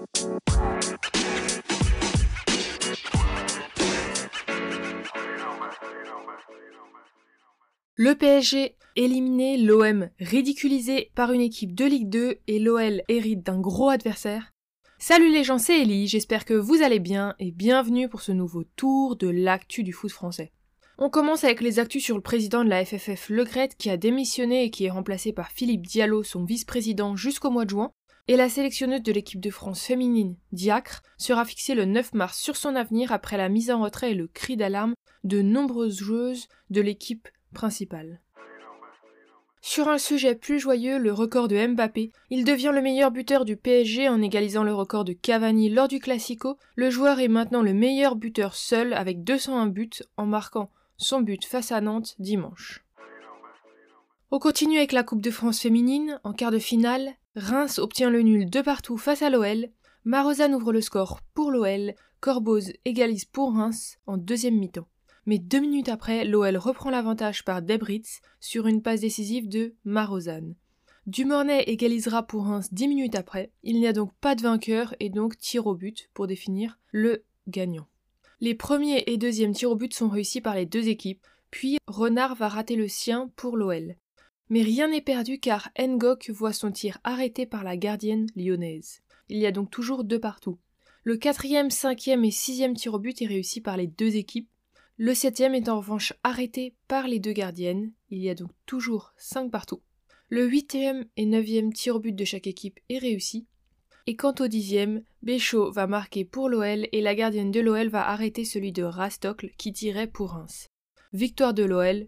Le PSG éliminé, l'OM ridiculisé par une équipe de Ligue 2 et l'OL hérite d'un gros adversaire. Salut les gens, c'est Ellie, j'espère que vous allez bien et bienvenue pour ce nouveau tour de l'actu du foot français. On commence avec les actus sur le président de la FFF Le Gret qui a démissionné et qui est remplacé par Philippe Diallo, son vice-président jusqu'au mois de juin, et la sélectionneuse de l'équipe de France féminine, Diacre, sera fixée le 9 mars sur son avenir après la mise en retrait et le cri d'alarme de nombreuses joueuses de l'équipe principale. Sur un sujet plus joyeux, le record de Mbappé, il devient le meilleur buteur du PSG en égalisant le record de Cavani lors du Classico. Le joueur est maintenant le meilleur buteur seul avec 201 buts en marquant son but face à Nantes dimanche. On continue avec la Coupe de France féminine. En quart de finale, Reims obtient le nul 2-2 face à l'OL. Marozane ouvre le score pour l'OL. Corboz égalise pour Reims en deuxième mi-temps. Mais 2 minutes après, l'OL reprend l'avantage par Debritz sur une passe décisive de Marozane. Dumornay égalisera pour Reims 10 minutes après. Il n'y a donc pas de vainqueur et donc tir au but pour définir le gagnant. Les premiers et deuxièmes tirs au but sont réussis par les deux équipes, puis Renard va rater le sien pour l'OL. Mais rien n'est perdu car Ngok voit son tir arrêté par la gardienne lyonnaise. Il y a donc toujours 2-2. Le 4e, 5e et 6e tir au but est réussi par les deux équipes. Le 7e est en revanche arrêté par les deux gardiennes, il y a donc toujours 5-2. Le 8e et 9e tir au but de chaque équipe est réussi. Et quant au 10e, Béchaud va marquer pour l'OL et la gardienne de l'OL va arrêter celui de Rastocle qui tirait pour Reims. Victoire de l'OL,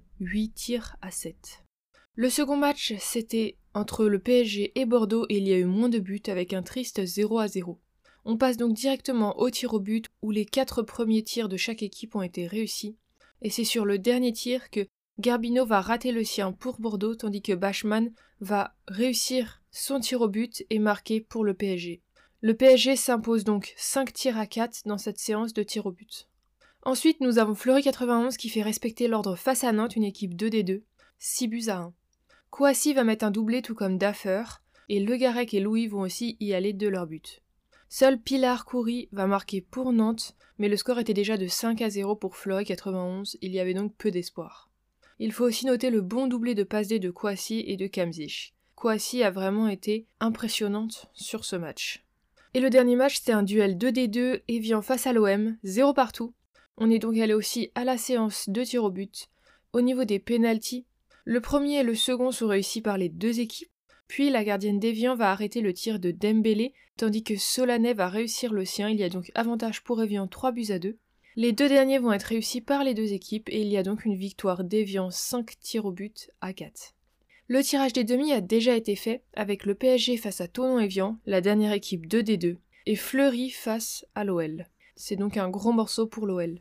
8-7. Le second match, c'était entre le PSG et Bordeaux et il y a eu moins de buts avec un triste 0-0. On passe donc directement au tir au but où les 4 premiers tirs de chaque équipe ont été réussis. Et c'est sur le dernier tir que Garbino va rater le sien pour Bordeaux tandis que Bachmann va réussir son tir au but et marquer pour le PSG. Le PSG s'impose donc 5-4 dans cette séance de tir au but. Ensuite, nous avons Fleury 91 qui fait respecter l'ordre face à Nantes, une équipe 2-2, 6-1. Kouassi va mettre un doublé tout comme Daffer et Le Garec et Louis vont aussi y aller de leur but. Seul Pilar Khoury va marquer pour Nantes, mais le score était déjà de 5-0 pour Fleury 91, il y avait donc peu d'espoir. Il faut aussi noter le bon doublé de passe D de Kouassi et de Kamzich. Kouassi a vraiment été impressionnante sur ce match. Et le dernier match, c'était un duel 2-2, Evian face à l'OM, 0-0. On est donc allé aussi à la séance de tir au but. Au niveau des pénaltys, le premier et le second sont réussis par les deux équipes. Puis la gardienne d'Evian va arrêter le tir de Dembélé, tandis que Solanet va réussir le sien, il y a donc avantage pour Evian 3-2. Les deux derniers vont être réussis par les deux équipes et il y a donc une victoire d'Evian 5 tirs au but à 4. Le tirage des demi a déjà été fait, avec le PSG face à Thonon-Evian, la dernière équipe 2-2, et Fleury face à l'OL. C'est donc un gros morceau pour l'OL.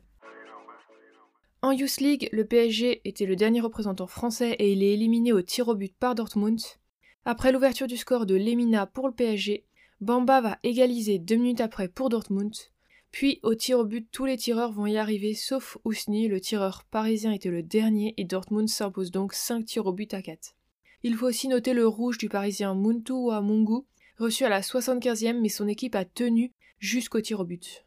En Youth League, le PSG était le dernier représentant français et il est éliminé au tir au but par Dortmund. Après l'ouverture du score de Lemina pour le PSG, Bamba va égaliser 2 minutes après pour Dortmund. Puis au tir au but, tous les tireurs vont y arriver sauf Ousni, le tireur parisien était le dernier et Dortmund s'impose donc 5 tirs au but à 4. Il faut aussi noter le rouge du parisien Muntu Wamungu, reçu à la 75e mais son équipe a tenu jusqu'au tir au but.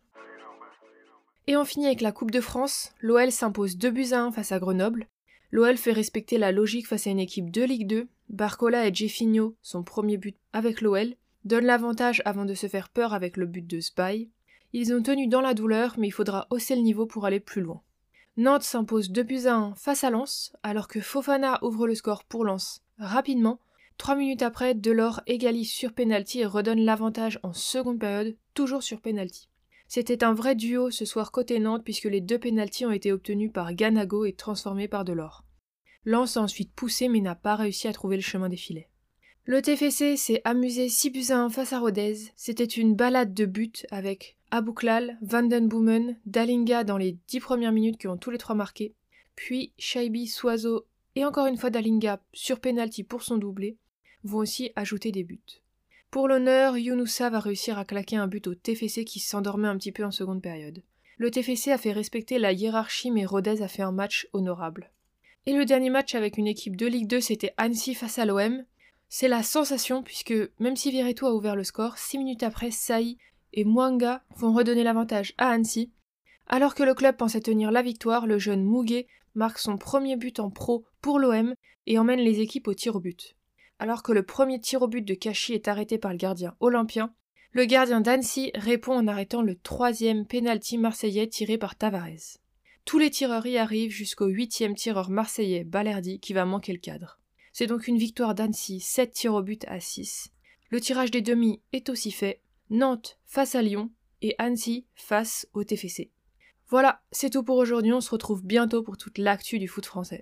Et on finit avec la Coupe de France, l'OL s'impose 2-1 face à Grenoble. L'OL fait respecter la logique face à une équipe de Ligue 2. Barcola et Jeffinho, son premier but avec l'OL, donnent l'avantage avant de se faire peur avec le but de Spy. Ils ont tenu dans la douleur, mais il faudra hausser le niveau pour aller plus loin. Nantes s'impose 2-1 face à Lens, alors que Fofana ouvre le score pour Lens rapidement. 3 minutes après, Delors égalise sur pénalty et redonne l'avantage en seconde période, toujours sur pénalty. C'était un vrai duo ce soir côté Nantes puisque les 2 pénaltys ont été obtenus par Ganago et transformés par Delors. Lens a ensuite poussé mais n'a pas réussi à trouver le chemin des filets. Le TFC s'est amusé 6-1 face à Rodez. C'était une balade de buts avec Abouklal, Van den Boomen, Dalinga dans les 10 premières minutes qui ont tous les 3 marqué. Puis Shaibi, Soiseau et encore une fois Dalinga sur pénalty pour son doublé vont aussi ajouter des buts. Pour l'honneur, Younoussa va réussir à claquer un but au TFC qui s'endormait un petit peu en seconde période. Le TFC a fait respecter la hiérarchie mais Rodez a fait un match honorable. Et le dernier match avec une équipe de Ligue 2, c'était Annecy face à l'OM. C'est la sensation puisque même si Verretou a ouvert le score, 6 minutes après, Saï et Mwanga vont redonner l'avantage à Annecy. Alors que le club pensait tenir la victoire, le jeune Muguet marque son premier but en pro pour l'OM et emmène les équipes au tir au but. Alors que le premier tir au but de Cachy est arrêté par le gardien olympien, le gardien d'Annecy répond en arrêtant le 3e pénalty marseillais tiré par Tavares. Tous les tireurs y arrivent jusqu'au 8e tireur marseillais Balerdi qui va manquer le cadre. C'est donc une victoire d'Annecy, 7 tirs au but à 6. Le tirage des demi est aussi fait, Nantes face à Lyon et Annecy face au TFC. Voilà, c'est tout pour aujourd'hui, on se retrouve bientôt pour toute l'actu du foot français.